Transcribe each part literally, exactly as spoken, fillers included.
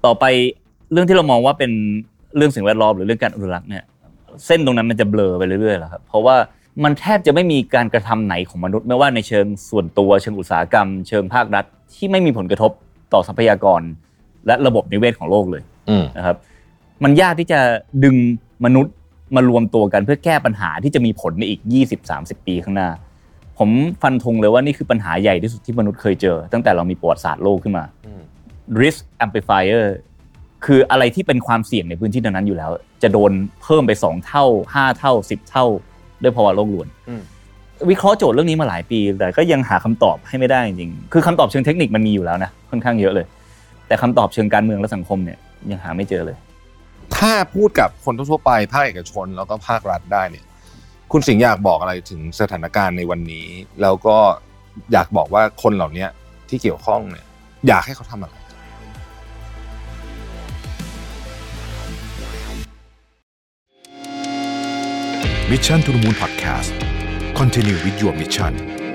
ต่อไปเรื่องที่เรามองว่าเป็นเรื่องสิ่งแวดล้อมหรือเรื่องการอนุรักษ์เนี่ยเส้นตรงนั้นมันจะเบลอไปเรื่อยๆแล้วครับเพราะว่ามันแทบจะไม่มีการกระทำไหนของมนุษย์ไม่ว่าในเชิงส่วนตัวเชิงอุตสาหกรรมเชิงภาครัฐที่ไม่มีผลกระทบต่อทรัพยากรและระบบนิเวศของโลกเลยนะครับมันยากที่จะดึงมนุษย์มารวมตัวกันเพื่อแก้ปัญหาที่จะมีผลในอีก ยี่สิบถึงสามสิบ ปีข้างหน้าผมฟันธงเลยว่านี่คือปัญหาใหญ่ที่สุดที่มนุษย์เคยเจอตั้งแต่เรามีประวัติศาสตร์โลกขึ้นมา risk amplifier คืออะไรที่เป็นความเสี่ยงในพื้นที่นั้นอยู่แล้วจะโดนเพิ่มไปสองเท่าห้าเท่าสิบเท่าด้วยภาวะโลกรวนวิเคราะห์โจทย์เรื่องนี้มาหลายปีแต่ก็ยังหาคำตอบให้ไม่ได้จริงๆคือคำตอบเชิงเทคนิคมันมีอยู่แล้วนะค่อนข้างเยอะเลยแต่คำตอบเชิงการเมืองและสังคมเนี่ยยังหาไม่เจอเลยถ้าพูดกับคนทั่วไปภาคเอกชนแล้วก็ภาครัฐได้เนี่ยคุณสิงห์อยากบอกอะไรถึงสถานการณ์ในวันนี้แล้วก็อยากบอกว่าคนเหล่านี้ที่เกี่ยวข้องเนี่ยอยากให้เขาทำอะไร Mission to the Moon Podcast Continue with your mission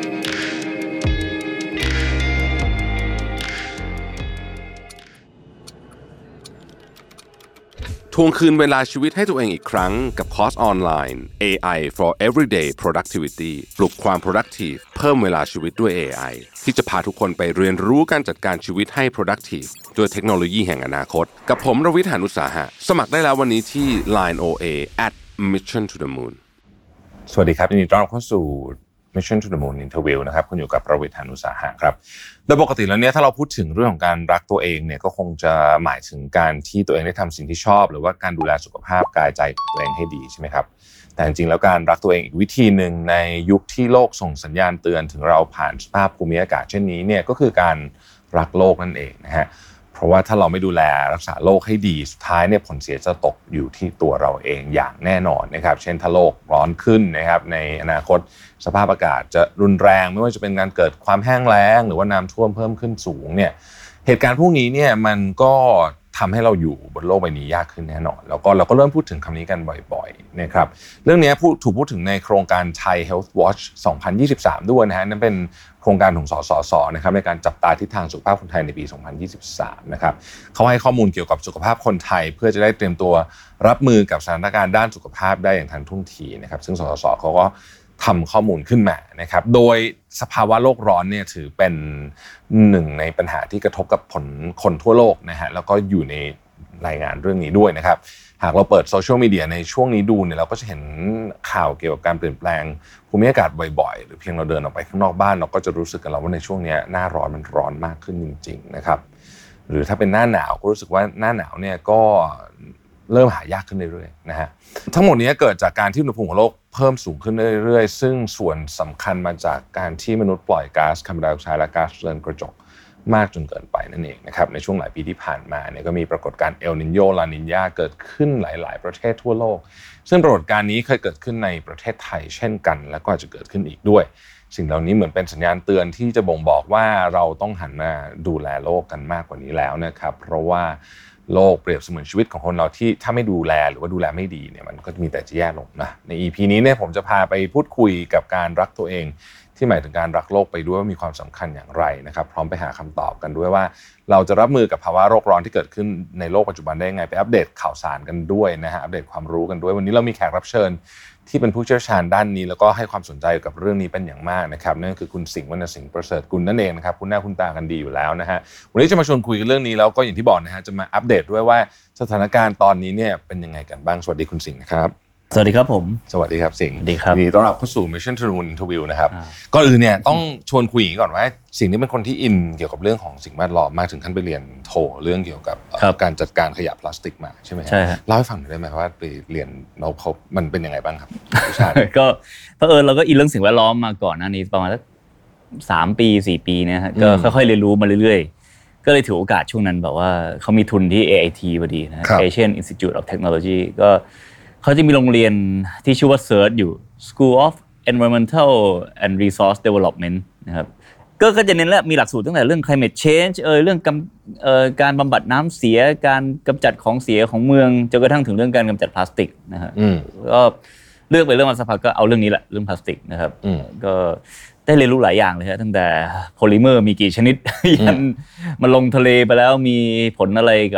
ทวงคืนเวลาชีวิตให้ตัวเองอีกครั้งกับคอร์สออนไลน์ เอ ไอ for Everyday Productivity ปลุกความ productive เพิ่มเวลาชีวิตด้วย เอ ไอ ที่จะพาทุกคนไปเรียนรู้การจัดการชีวิตให้ productive ด้วยเทคโนโลยีแห่งอนาคตกับผมรวิทย์ หาญอุตสาหะสมัครได้แล้ววันนี้ที่ ไลน์ โอ เอ แอท Mission to the Moon สวัสดีครับยินดีต้อนรับเข้าสู่ Mission to the Moon Interview นะครับคุณอยู่กับรวิทย์ หาญอุตสาหะครับโดยปกติแล้วเนี่ยถ้าเราพูดถึงเรื่องของการรักตัวเองเนี่ยก็คงจะหมายถึงการที่ตัวเองได้ทำสิ่งที่ชอบหรือว่าการดูแลสุขภาพกายใจของตัวเองให้ดีใช่ไหมครับแต่จริงๆแล้วการรักตัวเองอีกวิธีหนึ่งในยุคที่โลกส่งสัญญาณเตือนถึงเราผ่านสภาพภูมิอากาศเช่นนี้เนี่ยก็คือการรักโลกนั่นเองนะฮะเพราะว่าถ้าเราไม่ดูแลรักษาโลกให้ดีสุดท้ายเนี่ยผลเสียจะตกอยู่ที่ตัวเราเองอย่างแน่นอนนะครับเช่นถ้าโลกร้อนขึ้นนะครับในอนาคตสภาพอากาศจะรุนแรงไม่ว่าจะเป็นการเกิดความแห้งแล้งหรือว่าน้ำท่วมเพิ่มขึ้นสูงเนี่ยเหตุการณ์พวกนี้เนี่ยมันก็ทำให้เราอยู่บนโลกใบนี้ยากขึ้นแน่นอนแล้วก็เราก็เริ่มพูดถึงคำนี้กันบ่อยๆนะครับเรื่องนี้ถูกพูดถึงในโครงการ Thai Health Watch สองพันยี่สิบสามด้วยนะฮะนั่นเป็นโครงการของสสสนะครับในการจับตาทิศทางสุขภาพคนไทยในปีสองพันยี่สิบสามนะครับเขาให้ข้อมูลเกี่ยวกับสุขภาพคนไทยเพื่อจะได้เตรียมตัวรับมือกับสถานการณ์ด้านสุขภาพได้อย่างทันท่วงทีนะครับซึ่งสสสเขาก็ทำข้อมูลขึ้นมานะครับโดยสภาวะโลกร้อนเนี่ยถือเป็นหนึ่งในปัญหาที่กระทบกับผลคนทั่วโลกนะฮะแล้วก็อยู่ในรายงานเรื่องนี้ด้วยนะครับหากเราเปิดโซเชียลมีเดียในช่วงนี้ดูเนี่ยเราก็จะเห็นข่าวเกี่ยวกับการเปลี่ยนแปลงภูมิอากาศบ่อยๆหรือเพียงเราเดินออกไปข้างนอกบ้านเราก็จะรู้สึกกันแล้วว่าในช่วงนี้หน้าร้อนมันร้อนมากขึ้นจริงๆนะครับหรือถ้าเป็นหน้าหนาวก็รู้สึกว่าหน้าหนาวเนี่ยก็เริ่มหายากขึ้นเรื่อยๆนะฮะทั้งหมดนี้เกิดจากการที่อุณหภูมิของโลกเพิ่มสูงขึ้นเรื่อยๆซึ่งส่วนสำคัญมาจากการที่มนุษย์ปล่อยก๊าซคาร์บอนไดออกไซด์และก๊าซเรือนกระจกมากจนเกินไปนั่นเองนะครับในช่วงหลายปีที่ผ่านมาเนี่ยก็มีปรากฏการณ์เอลนิโญลานิญาเกิดขึ้นหลายๆประเทศทั่วโลกซึ่งปรากฏการณ์นี้เคยเกิดขึ้นในประเทศไทยเช่นกันและก็อาจจะเกิดขึ้นอีกด้วยสิ่งเหล่านี้เหมือนเป็นสัญญาณเตือนที่จะบ่งบอกว่าเราต้องหันมาดูแลโลกกันมากกว่านี้แล้วนะครับเพราะว่าโลกเปรียบเสมือนชีวิตของคนเราที่ถ้าไม่ดูแลหรือว่าดูแลไม่ดีเนี่ยมันก็มีแต่จะแย่ลงนะใน อี พี นี้เนี่ยผมจะพาไปพูดคุยกับการรักตัวเองที่หมายถึงการรักโลกไปด้วยว่ามีความสำคัญอย่างไรนะครับพร้อมไปหาคำตอบกันด้วยว่าเราจะรับมือกับภาวะโลกร้อนที่เกิดขึ้นในโลกปัจจุบันได้ยังไงไปอัปเดตข่าวสารกันด้วยนะฮะอัปเดตความรู้กันด้วยวันนี้เรามีแขกรับเชิญที่เป็นผู้เชี่ยวชาญด้านนี้แล้วก็ให้ความสนใจกับเรื่องนี้เป็นอย่างมากนะครับนั่นคือคุณสิงห์วรรณสิงห์ประเสริฐกุลนั่นเองนะครับคุณหน้าคุณตากันดีอยู่แล้วนะฮะวันนี้จะมาชวนคุยกันเรื่องนี้แล้วก็อย่างที่บอกนะฮะจะมาอัปเดตด้วยว่าสถานการณ์ตอนนี้เนี่ยเป็นยังไงกันบ้างสวัสดีคุณสิงห์นะครับสวัสดีครับผมสวัสดีครับสิงห์ดีครับยินดีต้อนรับเข้าสู่ Mission to the Moon Interview นะครับก่อนอื่นเนี่ยต้องชวนคุยก่อนว่าสิ่งนี้เป็นคนที่อินเกี่ยวกับเรื่องของสิ่งแวดล้อมมากถึงขั้นไปเรียนโทเรื่องเกี่ยวกับการจัดการขยะพลาสติกมาใช่ไหมใช่เล่าให้ฟังหน่อยได้ไหมว่าไปเรียนเราเขามันเป็นยังไงบ้างครับวิชาก็เผอิญเราก็อินเรื่องสิ่งแวดล้อมมาก่อนหน้านี้ประมาณสักสามปีสี่ปีเนี่ยฮะก็ค่อยๆเรียนรู้มาเรื่อยๆก็เลยถือโอกาสช่วงนั้นแบบว่าเขามีทุนที่ เอ ไอ ที พอดีนะ Asian Institute of Technology ก็เขาจะมีโรงเรียนที่ชื่อว่า ซี อี อาร์ ที อยู่ School of Environmental and Resource Development นะครับก็ก็จะเน้นและมีหลักสูตรตั้งแต่เรื่อง climate change เอ่ยเรื่องเอ่อการบำบัดน้ำเสียการกำจัดของเสียของเมืองจนกระทั่งถึงเรื่องการกำจัดพลาสติกนะฮะก็เลือกไปเรื่องมาสักพักก็เอาเรื่องนี้แหละเรื่องพลาสติกนะครับก็ได้เรียนรู้หลายอย่างเลยฮะตั้งแต่โพลิเมอร์มีกี่ชนิดยันมันลงทะเลไปแล้วมีผลอะไรกับ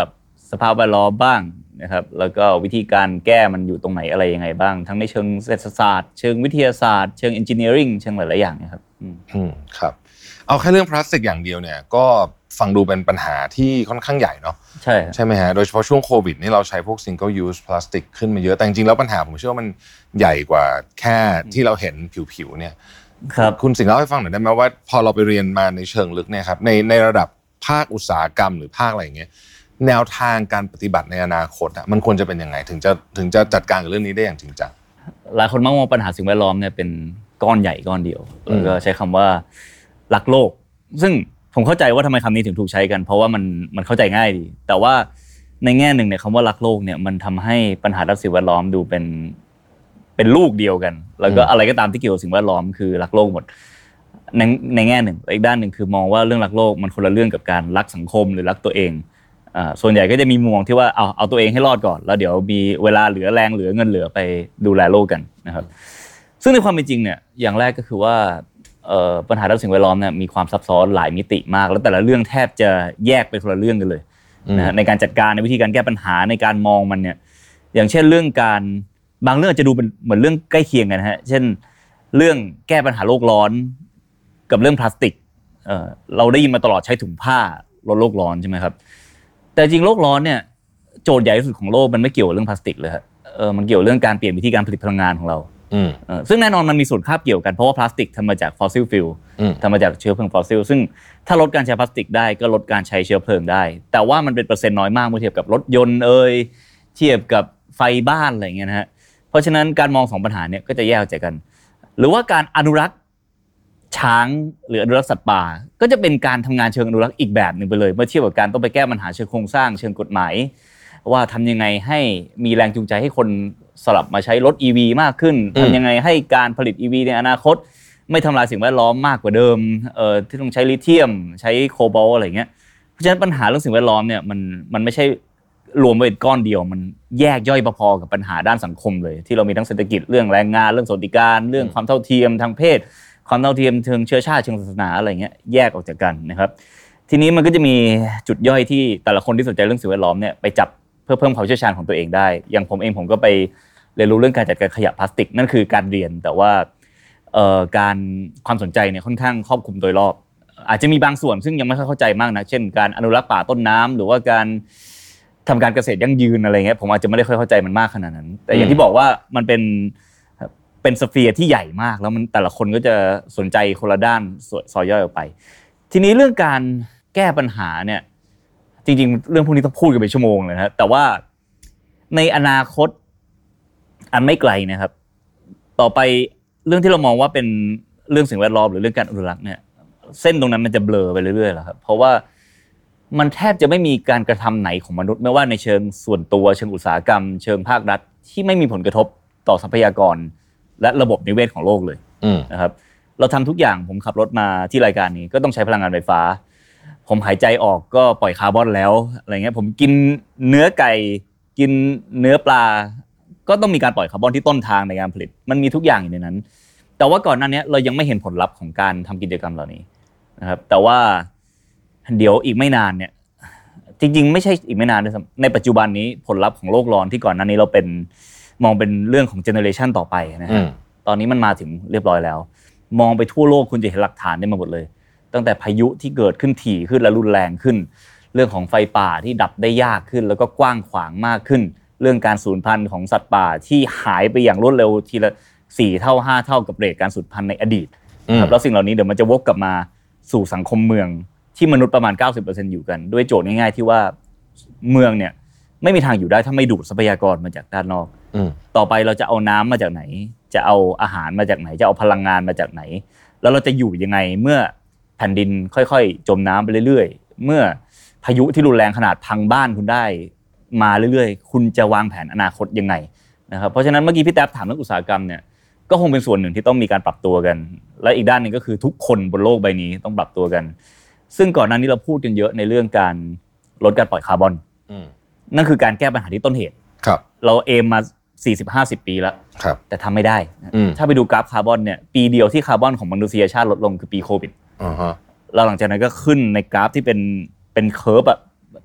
สภาพแวดล้อมบ้างนะครับแล้วก็วิธีการแก้มันอยู่ตรงไหนอะไรยังไงบ้างทั้งในเชิงเศรษฐศาสตร์เชิงวิทยาศาสตร์เชิง engineering เชิงหลายๆอย่างนะครับอืมครับเอาแค่เรื่องพลาสติกอย่างเดียวเนี่ยก็ฟังดูเป็นปัญหาที่ค่อนข้างใหญ่เนาะใช่ใช่ไหมฮะโดยเฉพาะช่วงโควิดนี่เราใช้พวก single use พลาสติกขึ้นมาเยอะแต่จริงๆแล้วปัญหาผมเชื่อว่ามันใหญ่กว่าแค่ที่เราเห็นผิวๆเนี่ยครับคุณสิงห์เล่าให้ฟังหน่อยได้ไหมว่าพอเราไปเรียนมาในเชิงลึกเนี่ยครับในในระดับภาคอุตสาหกรรมหรือภาคอะไรอย่างเงี้ยแนวทางการปฏิบัติในอนาคตอ่ะมันควรจะเป็นยังไงถึงจะถึงจะจัดการกับเรื่องนี้ได้อย่างจริงจังหลายคนมักมองปัญหาสิ่งแวดล้อมเนี่ยเป็นก้อนใหญ่ก้อนเดียวแล้วก็ใช้คำว่ารักโลกซึ่งผมเข้าใจว่าทำไมคำนี้ถึงถูกใช้กันเพราะว่ามันมันเข้าใจง่ายดีแต่ว่าในแง่หนึ่งเนี่ยคำว่ารักโลกเนี่ยมันทำให้ปัญหาด้านสิ่งแวดล้อมดูเป็นเป็นลูกเดียวกันแล้วก็อะไรก็ตามที่เกี่ยวกับสิ่งแวดล้อมคือรักโลกหมดในในแง่หนึ่งอีกด้านหนึ่งคือมองว่าเรื่องรักโลกมันคนละเรื่องกับการรักสังคมหรือรักตัวเองอ่าส่วนใหญ่ก็จะมีมุมมองที่ว่าเอาเอาตัวเองให้รอดก่อนแล้วเดี๋ยวมีเวลาเหลือแรงเหลือเงินเหลือไปดูแลโลกกันนะครับซึ่งในความเป็นจริงเนี่ยอย่างแรกก็คือว่าเอ่อปัญหาด้านสิ่งแวดล้อมเนี่ยมีความซับซ้อนหลายมิติมากแล้วแต่ละเรื่องแทบจะแยกเป็นคนละเรื่องกันเลยนะฮะในการจัดการในวิธีการแก้ปัญหาในการมองมันเนี่ยอย่างเช่นเรื่องการบางเรื่องจะดูเป็นเหมือนเรื่องใกล้เคียงกันฮะเช่นเรื่องแก้ปัญหาโลกร้อนกับเรื่องพลาสติกเอ่อเราได้ยินมาตลอดใช้ถุงผ้าลดโลกร้อนใช่ไหมครับแต่จริงโลกร้อนเนี่ยโจทย์ใหญ่ที่สุดของโลกมันไม่เกี่ยวกับเรื่องพลาสติกเลยฮะเออมันเกี่ยวเรื่องการเปลี่ยนวิธีการผลิตพลังงานของเราซึ่งแน่นอนมันมีส่วนคาบเกี่ยวกันเพราะว่าพลาสติกทำมาจากฟอสซิลฟิวทำมาจากเชื้อเพลิงฟอสซิลซึ่งถ้าลดการใช้พลาสติกได้ก็ลดการใช้เชื้อเพลิงได้แต่ว่ามันเป็นเปอร์เซ็นต์น้อยมากเมื่อเทียบกับรถยนต์เอ่ยเทียบกับไฟบ้านอะไรอย่างเงี้ยนะฮะเพราะฉะนั้นการมองสองปัญหาเนี่ยก็จะแยกออกจากกันหรือว่าการอนุรักษ์ช้างหรืออนุรักษ์สัตว์ป่าก็จะเป็นการทำงานเชิงอนุรักษ์อีกแบบนึงไปเลยเมื่อเทียบกับการต้องไปแก้ปัญหาเชิงโครงสร้างเชิงกฎหมายว่าทำยังไงให้มีแรงจูงใจให้คนสลับมาใช้รถ อี วี มากขึ้นทำยังไงให้การผลิต อี วี ในอนาคตไม่ทำลายสิ่งแวดล้อมมากกว่าเดิมเอ่อที่ต้องใช้ลิเธียมใช้โคบอลต์อะไรเงี้ยเพราะฉะนั้นปัญหาเรื่องสิ่งแวดล้อมเนี่ยมันมันไม่ใช่รวมไว้เป็นก้อนเดียวมันแยกย่อยพอๆกับปัญหาด้านสังคมเลยที่เรามีทั้งเศรษฐกิจเรื่องแรงงานเรื่องสวัสดิการเรื่องความเท่าเทียมทางเพศความเท่าเทียมเชิงเชื้อชาติเชิงศาสนาอะไรเงี้ยแยกออกจากกันนะครับทีนี้มันก็จะมีจุดย่อยที่แต่ละคนที่สนใจเรื่องสิ่งแวดล้อมเนี่ยไปจับเพื่อเพิ่มความเชี่ยวชาญของตัวเองได้อย่างผมเองผมก็ไปเรียนรู้เรื่องการจัดการขยะพลาสติกนั่นคือการเรียนแต่ว่าเอ่อการความสนใจเนี่ยค่อนข้างครอบคลุมโดยรอบอาจจะมีบางส่วนซึ่งยังไม่ค่อยเข้าใจมากนะเช่นการอนุรักษ์ป่าต้นน้ำหรือว่าการทำการเกษตรยั่งยืนอะไรเงี้ยผมอาจจะไม่ได้ค่อยเข้าใจมันมากขนาดนั้นแต่อย่างที่บอกว่ามันเป็นเป็นสเฟียร์ที่ใหญ่มากแล้วมันแต่ละคนก็จะสนใจคนละด้านซอยย่อยออกไปทีนี้เรื่องการแก้ปัญหาเนี่ยจริงๆเรื่องพวกนี้ต้องพูดกันไปชั่วโมงเลยนะแต่ว่าในอนาคตอันไม่ไกลนะครับต่อไปเรื่องที่เรามองว่าเป็นเรื่องสิ่งแวดล้อมหรือเรื่องการอนุรักษ์เนี่ยเส้นตรงนั้นมันจะเบลอไปเรื่อยๆแล้วครับเพราะว่ามันแทบจะไม่มีการกระทำไหนของมนุษย์ไม่ว่าในเชิงส่วนตัวเชิงอุตสาหกรรมเชิงภาครัฐที่ไม่มีผลกระทบต่อทรัพยากรและระบบนิเวศของโลกเลยนะครับเราทำทุกอย่างผมขับรถมาที่รายการนี้ก็ต้องใช้พลังงานไฟฟ้าผมหายใจออกก็ปล่อยคาร์บอนแล้วอะไรเงี้ยผมกินเนื้อไก่กินเนื้อปลาก็ต้องมีการปล่อยคาร์บอนที่ต้นทางในการผลิตมันมีทุกอย่างอยู่ในนั้นแต่ว่าก่อนหน้านี้เรายังไม่เห็นผลลัพธ์ของการทำกิจกรรมเหล่านี้นะครับแต่ว่าเดี๋ยวอีกไม่นานเนี่ยจริงๆไม่ใช่อีกไม่นานด้วยซ้ำในปัจจุบันนี้ผลลัพธ์ของโลกร้อนที่ก่อนหน้านี้เราเป็นมองเป็นเรื่องของเจเนอเรชันต่อไปนะฮะตอนนี้มันมาถึงเรียบร้อยแล้วมองไปทั่วโลกคุณจะเห็นหลักฐานได้มาหมดเลยตั้งแต่พายุที่เกิดขึ้นถี่ขึ้นและรุนแรงขึ้นเรื่องของไฟป่าที่ดับได้ยากขึ้นแล้วก็กว้างขวางมากขึ้นเรื่องการสูญพันธุ์ของสัตว์ป่าที่หายไปอย่างรวดเร็วทีละสี่เท่าห้าเท่ากับเรทการสูญพันธุ์ในอดีตครับแล้วสิ่งเหล่านี้เดี๋ยวมันจะวกกลับมาสู่สังคมเมืองที่มนุษย์ประมาณ เก้าสิบเปอร์เซ็นต์ อยู่กันด้วยโจทย์ง่ายๆที่ว่าเมืองเนี่ยไม่มีทางอยู่ได้ถ้าไม่ดูดทรัพยากรมาจากด้านนอกต่อไปเราจะเอาน้ำมาจากไหนจะเอาอาหารมาจากไหนจะเอาพลังงานมาจากไหนแล้วเราจะอยู่ยังไงเมื่อแผ่นดินค่อยๆจมน้ำไปเรื่อยๆเมื่อพายุที่รุนแรงขนาดพังบ้านคุณได้มาเรื่อยๆคุณจะวางแผนอนาคตยังไงนะครับเพราะฉะนั้นเมื่อกี้พี่แท็บถามเรื่องอุตสาหกรรมเนี่ยก็คงเป็นส่วนหนึ่งที่ต้องมีการปรับตัวกันและอีกด้านนึงก็คือทุกคนบนโลกใบนี้ต้องปรับตัวกันซึ่งก่อนหน้านี้เราพูดกันเยอะในเรื่องการลดการปล่อยคาร์บอนนั่นคือการแก้ปัญหาที่ต้นเหตุเราเอมมาสี่สิบ ห้าสิบปีแล้วแต่ทำไม่ได้ถ้าไปดูกราฟคาร์บอนเนี่ยปีเดียวที่คาร์บอนของมนุษยชาติลดลงคือปีโควิดแล้วหลังจากนั้นก็ขึ้นในกราฟที่เป็นเป็นเคอร์ฟอ่ะ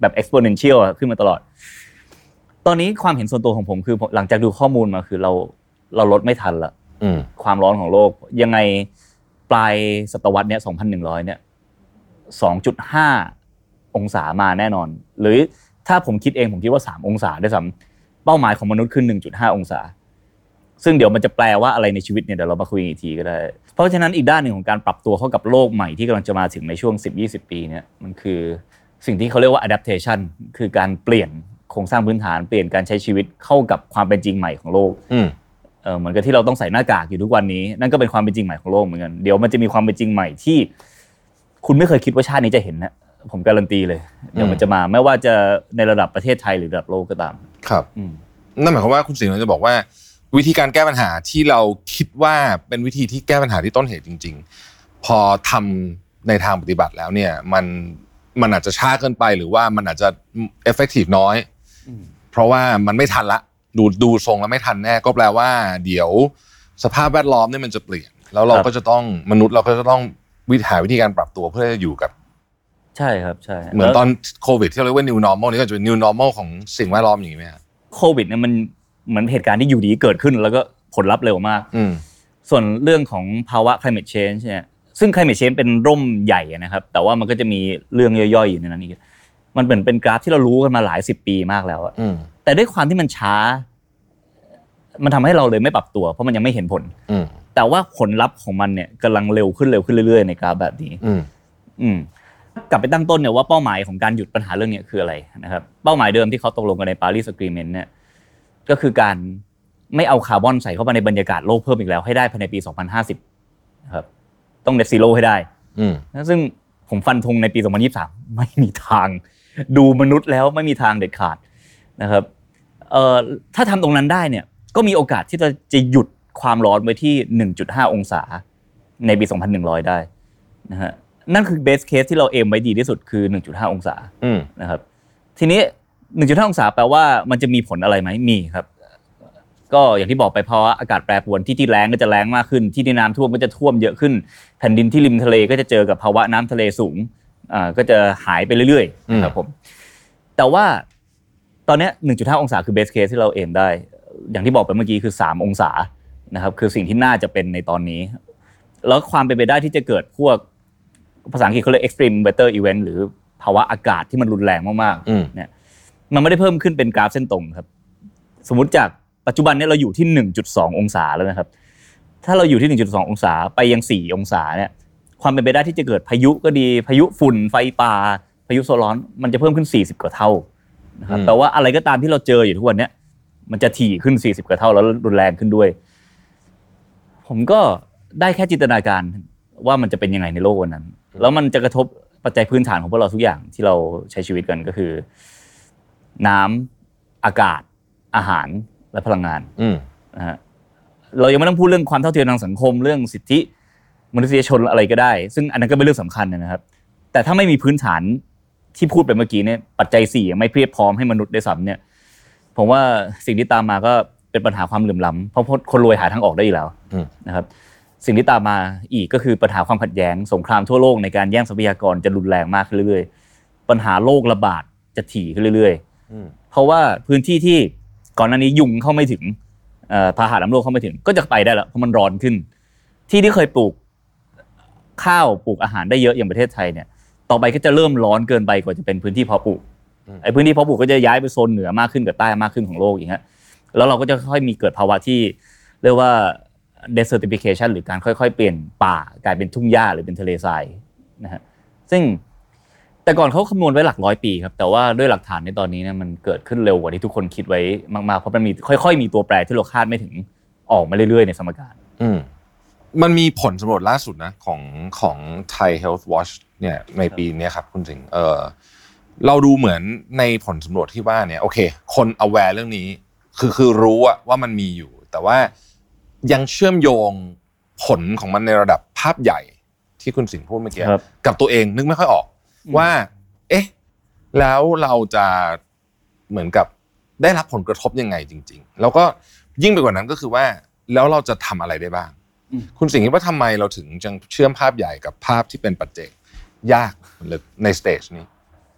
แบบ exponential อ่ะขึ้นมาตลอดตอนนี้ความเห็นส่วนตัวของผมคือหลังจากดูข้อมูลมาคือเราเราลดไม่ทันละความร้อนของโลกยังไงปลายศตวรรษเนี้ย สองพันหนึ่งร้อย เนี่ย สองจุดห้า องศามาแน่นอนหรือถ้าผมคิดเองผมคิดว่าสามองศาด้วยซ้ำเป้าหมายของมนุษย์คือ หนึ่งจุดห้า องศาซึ่งเดี๋ยวมันจะแปลว่าอะไรในชีวิตเนี่ยเดี๋ยวเรามาคุยอีกทีก็ได้เพราะฉะนั้นอีกด้านหนึ่งของการปรับตัวเข้ากับโลกใหม่ที่กำลังจะมาถึงในช่วง สิบถึงยี่สิบ ปีเนี่ยมันคือสิ่งที่เขาเรียกว่า adaptation คือการเปลี่ยนโครงสร้างพื้นฐานเปลี่ยนการใช้ชีวิตเข้ากับความเป็นจริงใหม่ของโลกเออเหมือนกับที่เราต้องใส่หน้ากากอยู่ทุกวันนี้นั่นก็เป็นความเป็นจริงใหม่ของโลกเหมือนกันเดี๋ยวมันจะมีความเป็นจริงใหม่ที่คุณไม่เคยคิดว่าชาตินี้จะเห็นนะผมการันตีเลยเดี๋ยวมันจะมาไม่ว่าจะในระดับประเทศไทยหรือระดับโลกก็ตามครับนั่นหมายความว่าคุณสิงห์จะบอกว่าวิธีการแก้ปัญหาที่เราคิดว่าเป็นวิธีที่แก้ปัญหาที่ต้นเหตุจริงๆพอทำในทางปฏิบัติแล้วเนี่ยมันมันอาจจะช้าเกินไปหรือว่ามันอาจจะ effective น้อยเพราะว่ามันไม่ทันละดูดูทรงแล้วไม่ทันแน่ก็แปลว่าเดี๋ยวสภาพแวดล้อมเนี่ยมันจะเปลี่ยนแล้วเราก็จะต้องมนุษย์เราก็จะต้องวิธีหาวิธีการปรับตัวเพื่อจะอยู่กับใช่ครับใช่เหมือนตอนโควิดที่เราเรียกว่า new normal นี่ก็จะเป็น new normal ของสิ่งแวดล้อมอย่างนี้ไหมครับโควิดเนี่ยมันเหมือนเหตุการณ์ที่อยู่ดีเกิดขึ้นแล้วก็ผลลัพธ์เร็วมากส่วนเรื่องของภาวะ climate change เนี่ยซึ่ง climate change เป็นร่มใหญ่นะครับแต่ว่ามันก็จะมีเรื่องย่อยๆอยู่ในนั้นอีกมันเหมือนเป็นกราฟที่เรารู้กันมาหลายสิบปีมากแล้วอะแต่ด้วยความที่มันช้ามันทำให้เราเลยไม่ปรับตัวเพราะมันยังไม่เห็นผลแต่ว่าผลลัพธ์ของมันเนี่ยกำลังเร็วขึ้นเร็วขึ้นเรื่อยๆในกราฟแบบนี้อืมกลับไปตั้งต้นเนี่ยว่าเป้าหมายของการหยุดปัญหาเรื่องนี้คืออะไรนะครับเป้าหมายเดิมที่เขาตกลงกันใน Paris Agreement เนี่ยก็คือการไม่เอาคาร์บอนใส่เข้ามาในบรรยากาศโลกเพิ่มอีกแล้วให้ได้ภายในปีสองพันห้าสิบนะครับต้อง net zero ให้ได้ซึ่งผมฟันธงในปีสองพันยี่สิบสามไม่มีทางดูมนุษย์แล้วไม่มีทางเด็ดขาดนะครับเอ่อถ้าทำตรงนั้นได้เนี่ยก็มีโอกาสที่จะจะหยุดความร้อนไว้ที่ หนึ่งจุดห้า องศาในปีสองพันหนึ่งร้อยได้นะฮะนั่นคือเบสเคสที่เราเอมไว้ดีที่สุดคือ หนึ่งจุดห้า องศานะครับทีนี้ หนึ่งจุดห้า องศาแปลว่ามันจะมีผลอะไรไหมมีครับก็อย่างที่บอกไปเพราะอากาศแปรปรวนที่ที่แล้งก็จะแล้งมากขึ้นที่ที่น้ำท่วมก็จะท่วมเยอะขึ้นแผ่นดินที่ริมทะเลก็จะเจอกับภาวะน้ำทะเลสูงอ่าก็จะหายไปเรื่อยๆนะครับผมแต่ว่าตอนนี้ หนึ่งจุดห้า องศาคือเบสเคสที่เราเอมได้อย่างที่บอกไปเมื่อกี้คือสามองศานะครับคือสิ่งที่น่าจะเป็นในตอนนี้แล้วความเป็นไปได้ที่จะเกิดพวกภาษาอังกฤษเขาเรียก extreme weather event หรือภาวะอากาศที่มันรุนแรงมากๆเนี่ยมันไม่ได้เพิ่มขึ้นเป็นกราฟเส้นตรงครับสมมุติจากปัจจุบันนี้เราอยู่ที่ หนึ่งจุดสอง องศาแล้วนะครับถ้าเราอยู่ที่ หนึ่งจุดสอง องศาไปยังสี่องศาเนี่ยความเป็นไปได้ที่จะเกิดพายุก็ดีพายุฝุ่นไฟป่าพายุโซนร้อนมันจะเพิ่มขึ้นสี่สิบกว่าเท่านะครับแปลว่าอะไรก็ตามที่เราเจออยู่ทุกวันนี้มันจะถี่ขึ้นสี่สิบกว่าเท่าแล้วรุนแรงขึ้นด้วยผมก็ได้แค่จินตนาการว่ามันจะเป็นยังไงในโลกวันนั้นแล้วมันจะกระทบปัจจัยพื้นฐานของพวกเราทุกอย่างที่เราใช้ชีวิตกันก็คือน้ำอากาศอาหารและพลังงานนะฮะเรายังไม่ต้องพูดเรื่องความเท่าเทียมทางสังคมเรื่องสิทธิมนุษยชนอะไรก็ได้ซึ่งอันนั้นก็เป็นเรื่องสำคัญนะครับแต่ถ้าไม่มีพื้นฐานที่พูดไปเมื่อกี้เนี่ยปัจจัยสี่ยังไม่เพียบพร้อมให้มนุษย์ได้ซ้ำเนี่ยผมว่าสิ่งที่ตามมาก็เป็นปัญหาความเหลื่อมล้ำเพราะคนรวยหาทางออกได้อยู่แล้วนะครับสิ่งที่ตามมาอีกก็คือปัญหาความขัดแย้งสงครามทั่วโลกในการแย่งทรัพยากรจะรุนแรงมากขึ้นเรื่อยๆปัญหาโรคระบาดจะถี่ขึ้นเรื่อยๆเพราะว่าพื้นที่ที่ก่อนหน้านี้ยุงเข้าไม่ถึงเอ่อพาหะน้ำโรคเข้าไม่ถึงก็จะไปได้แล้วเพราะมันร้อนขึ้นที่ที่เคยปลูกข้าวปลูกอาหารได้เยอะอย่างประเทศไทยเนี่ยต่อไปก็จะเริ่มร้อนเกินไปกว่าจะเป็นพื้นที่เพาะปลูกไอ้พื้นที่เพาะปลูกก็จะย้ายไปโซนเหนือมากขึ้นกับใต้มากขึ้นของโลกอย่างเงี้ยแล้วเราก็จะค่อยมีเกิดภาวะที่เรียกว่า desertification หรือการค่อยๆเปลี่ยนป่ากลายเป็นทุ่งหญ้าหรือเป็นทะเลทรายนะฮะซึ่งแต่ก่อนเขาคำนวณไว้หลักร้อยปีครับแต่ว่าด้วยหลักฐานในตอนนี้เนี่ยมันเกิดขึ้นเร็วกว่าที่ทุกคนคิดไว้มากๆเพราะมันมีค่อยๆมีตัวแปรที่เราคาดไม่ถึงออกมาเรื่อยๆในสมการอืมมันมีผลสำรวจล่าสุดนะของของ Thai Health Watch เนี่ยในปีนี้ครับคุณสิงห์เออเราดูเหมือนในผลสำรวจที่ว่าเนี่ยโอเคคน aware เรื่องนี้คือคือรู้อะว่ามันมีอยู่แต่ว่ายังเชื่อมโยงผลของมันในระดับภาพใหญ่ที่คุณสิงห์พูดเมื่อกี้กับตัวเองนึกไม่ค่อยออกว่าเอ๊ะแล้วเราจะเหมือนกับได้รับผลกระทบยังไงจริงๆแล้วก็ยิ่งไปกว่านั้นก็คือว่าแล้วเราจะทำอะไรได้บ้างคุณสิงห์คิดว่าทำไมเราถึงจึงเชื่อมภาพใหญ่กับภาพที่เป็นปัจเจกยากในสเตจนี้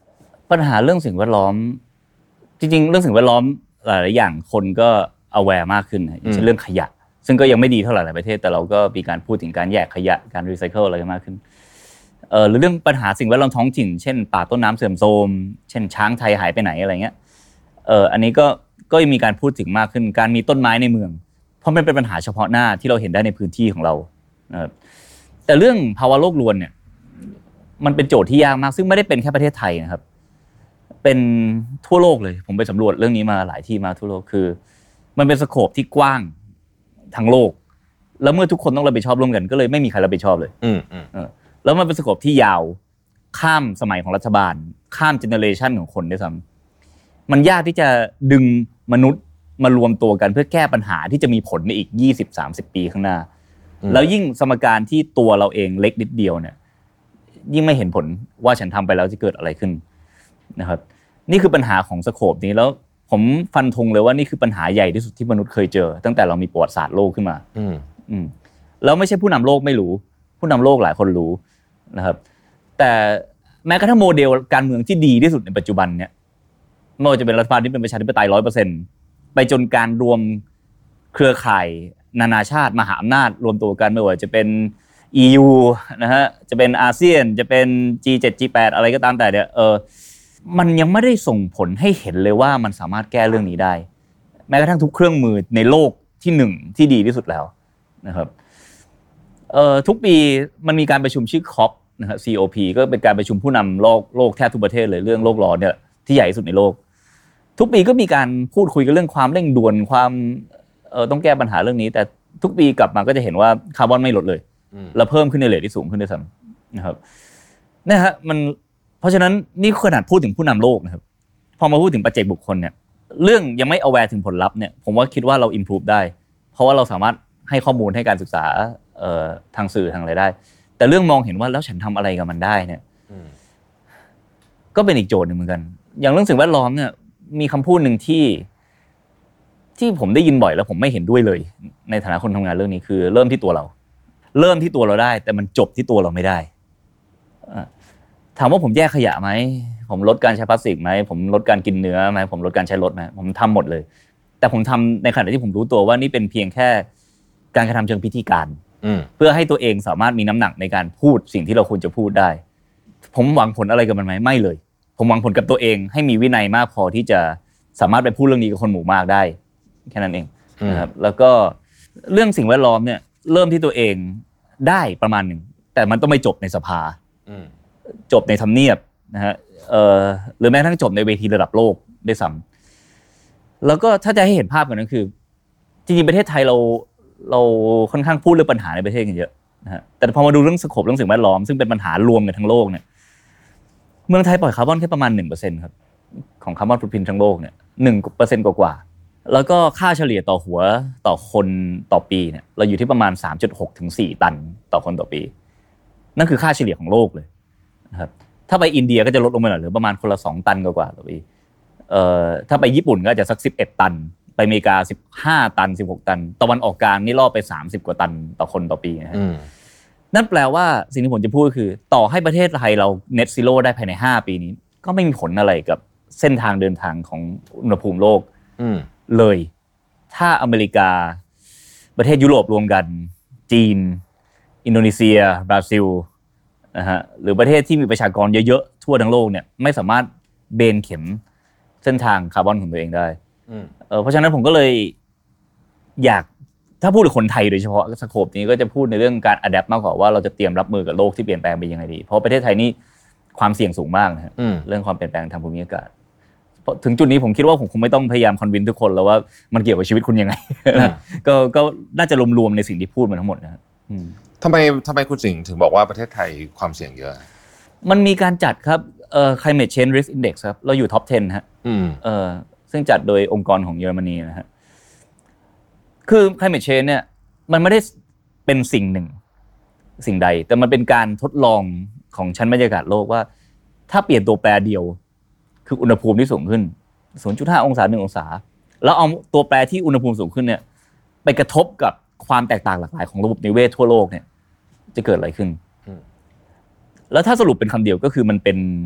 ปัญหาเรื่องสิ่งแวดล้อมจริงๆเรื่องสิ่งแวดล้อมหลายๆอย่างคนก็ aware มากขึ้นอย่างเช่นเรื่องขยะซึ่งก็ยังไม่ดีเท่าหลายประเทศแต่เราก็มีการพูดถึงการแยกขยะการรีไซเคิลอะไรมากขึ้นเอ่อหรือเรื่องปัญหาสิ่งแวดล้อมท้องถิ่นเช่นป่าต้นน้ำเสื่อมโทรมเช่นช้างไทยหายไปไหนอะไรเงี้ยเอ่ออันนี้ก็ก็มีการพูดถึงมากขึ้นการมีต้นไม้ในเมืองเพราะมันเป็นปัญหาเฉพาะหน้าที่เราเห็นได้ในพื้นที่ของเรานะครับแต่เรื่องภาวะโลกรวนเนี่ยมันเป็นโจทย์ที่ยากมากซึ่งไม่ได้เป็นแค่ประเทศไทยนะครับเป็นทั่วโลกเลยผมไปสำรวจเรื่องนี้มาหลายที่มาทั่วโลกคือมันเป็นสโคปที่กว้างทั้งโลกแล้วเมื่อทุกคนต้องรับผิดชอบร่วมกันก็เลยไม่มีใครรับผิดชอบเลยอืมเออแล้วมันเป็นสโคปที่ยาวข้ามสมัยของรัฐบาลข้ามเจเนอเรชันของคนด้วยซ้ำมันยากที่จะดึงมนุษย์มารวมตัวกันเพื่อแก้ปัญหาที่จะมีผลในอีก ยี่สิบสามสิบ ปีข้างหน้าแล้วยิ่งสมการที่ตัวเราเองเล็กนิดเดียวเนี่ยยิ่งไม่เห็นผลว่าฉันทำไปแล้วจะเกิดอะไรขึ้นนะครับนี่คือปัญหาของสโคปนี้แล้วผมฟันธงเลยว่านี่คือปัญหาใหญ่ที่สุดที่มนุษย์เคยเจอตั้งแต่เรามีประวัติศาสตร์โลกขึ้นมาอืมอืมแล้วไม่ใช่ผู้นำโลกไม่รู้ผู้นำโลกหลายคนรู้นะครับแต่แม้กระทั่งโมเดลการเมืองที่ดีที่สุดในปัจจุบันเนี่ยไม่ว่าจะเป็นรัฐบาลที่เป็นประชาธิปไตย ร้อยเปอร์เซ็นต์ ไปจนการรวมเครือข่ายนานาชาติมหาอำนาจรวมตัวกันไม่ว่าจะเป็น อี ยู นะฮะจะเป็นอาเซียนจะเป็น จี เจ็ด จี แปด อะไรก็ตามแต่เนี่ยเออมันยังไม่ได้ส่งผลให้เห็นเลยว่ามันสามารถแก้เรื่องนี้ได้แม้กระทั่งทุกเครื่องมือในโลกที่หนึ่งที่ดีที่สุดแล้วนะครับเอ่อทุกปีมันมีการประชุมชื่อ ซี โอ พี นะฮะ ซี โอ พี ก็เป็นการประชุมผู้นำโลกโลกแทบทุกประเทศเลยเรื่องโลกร้อนเนี่ยที่ใหญ่ที่สุดในโลกทุกปีก็มีการพูดคุยกันเรื่องความเร่งด่วนความเอ่อต้องแก้ปัญหาเรื่องนี้แต่ทุกปีกลับมาก็จะเห็นว่าคาร์บอนไม่ลดเลยแล้วเพิ่มขึ้นในเรทที่สูงขึ้นด้วยซ้ำนะครับนะฮะมันเพราะฉะนั้นนี่ขนาดพูดถึงผู้นำโลกนะครับพอมาพูดถึงปัจเจกบุคคลเนี่ยเรื่องยังไม่ aware ถึงผลลัพธ์เนี่ยผมว่าคิดว่าเรา improve ได้เพราะว่าเราสามารถให้ข้อมูลให้การศึกษาเอ่อทางสื่อทางอะไรได้แต่เรื่องมองเห็นว่าแล้วฉันทำอะไรกับมันได้เนี่ยก็เป็นอีกโจทย์นึงเหมือนกันอย่างเรื่องสิ่งแวดล้อมเนี่ยมีคำพูดนึงที่ที่ผมได้ยินบ่อยแล้วผมไม่เห็นด้วยเลยในฐานะคนทำงานเรื่องนี้คือเริ่มที่ตัวเราเริ่มที่ตัวเราได้แต่มันจบที่ตัวเราไม่ได้ถามว่าผมแยกขยะไหมผมลดการใช้พลาสติกไหมผมลดการกินเนื้อไหมผมลดการใช้รถไหมผมทำหมดเลยแต่ผมทำในขณะที่ผมรู้ตัวว่านี่เป็นเพียงแค่การกระทำเชิงพิธีการเพื่อให้ตัวเองสามารถมีน้ำหนักในการพูดสิ่งที่เราควรจะพูดได้ผมหวังผลอะไรกับมันไหมไม่เลยผมหวังผลกับตัวเองให้มีวินัยมากพอที่จะสามารถไปพูดเรื่องนี้กับคนหมู่มากได้แค่นั้นเองนะครับแล้วก็เรื่องสิ่งแวดล้อมเนี่ยเริ่มที่ตัวเองได้ประมาณหนึ่งแต่มันต้องไม่จบในสภาจบในทำเนียบนะฮะเอ่อหรือแม้กระทั่งจบในเวทีระดับโลกด้วยซ้ำแล้วก็ถ้าจะให้เห็นภาพกันก็คือจริงๆประเทศไทยเราเราค่อนข้างพูดเรื่องปัญหาในประเทศกันเยอะนะฮะแต่พอมาดูเรื่องสโคปเรื่องสิ่งแวดล้อมซึ่งเป็นปัญหารวมกันทั้งโลกเนี่ยเมืองไทยปล่อยคาร์บอนแค่ประมาณ หนึ่งเปอร์เซ็นต์ ครับของคาร์บอนฟุตพริ้นท์ทั้งโลกเนี่ย หนึ่งเปอร์เซ็นต์ กว่าๆแล้วก็ค่าเฉลี่ยต่อหัวต่อคนต่อปีเนี่ยเราอยู่ที่ประมาณ สามจุดหก ถึง สี่ ตันต่อคนต่อปีนั่นคือค่าเฉลี่ยของโลกเลยนะครับถ้าไปอินเดียก็จะลดลงมาหน่อยเหลือประมาณคนละสองตันกว่าๆต่อปีเอ่อถ้าไปญี่ปุ่นก็อาจจะสักสิบเอ็ดตันไปอเมริกาสิบห้าตันสิบหกตันตะวันออกกลางนี่ล่อไปสามสิบกว่าตันต่อคนต่อปีนะฮะนั่นแปลว่าสิ่งที่ผมจะพูดก็คือต่อให้ประเทศไทยเรา net zero ได้ภายในห้าปีนี้ก็ไม่มีผลอะไรกับเส้นทางเดินทางของอุณหภูมิโลกเลยถ้าอเมริกาประเทศยุโรปรวมกันจีนอินโดนีเซียบราซิลนะฮะหรือประเทศที่มีประชากรเยอะๆทั่วทั้งโลกเนี่ยไม่สามารถเบนเข็มเส้นทางคาร์บอนของตัวเองได้เออเพราะฉะนั้นผมก็เลยอยากถ้าพูดถึงคนไทยโดยเฉพาะสโคปนี้ก็จะพูดในเรื่องการอะแดปมากกว่าว่าเราจะเตรียมรับมือกับโลกที่เปลี่ยนแปลงไปยังไงดีเพราะประเทศไทยนี่ความเสี่ยงสูงมากนะฮะเรื่องความเปลี่ยนแปลงทางภูมิอากาศถึงจุดนี้ผมคิดว่าผมคงไม่ต้องพยายามคอนวินทุกคนแล้วว่ามันเกี่ยวกับชีวิตคุณยังไงก็ก็น่าจะรวมๆในสิ่งที่พูดมาทั้งหมดนะครับทำไมทำไมคุณสิงห์ถึงบอกว่าประเทศไทยความเสี่ยงเยอะมันมีการจัดครับเอ่อ climate change risk index ครับเราอยู่ท็อปสิบฮะเอ่อซึ่งจัดโดยองค์กรของเยอรมนีนะฮะคือ climate change เนี่ยมันไม่ได้เป็นสิ่งหนึ่งสิ่งใดแต่มันเป็นการทดลองของชั้นบรรยากาศโลกว่าถ้าเปลี่ยนตัวแปรเดียวคืออุณหภูมิที่สูงขึ้น ศูนย์จุดห้า องศาหนึ่งองศาแล้วเอาตัวแปรที่อุณหภูมิสูงขึ้นเนี่ยไปกระทบกับความแตกต่างหลากหลายของระบบนิเวศทั่วโลกเนี่ยจะเกิดอะไรขึ้นแล้วถ้าสรุปเป็นคำเดียวก็คือมันเป็น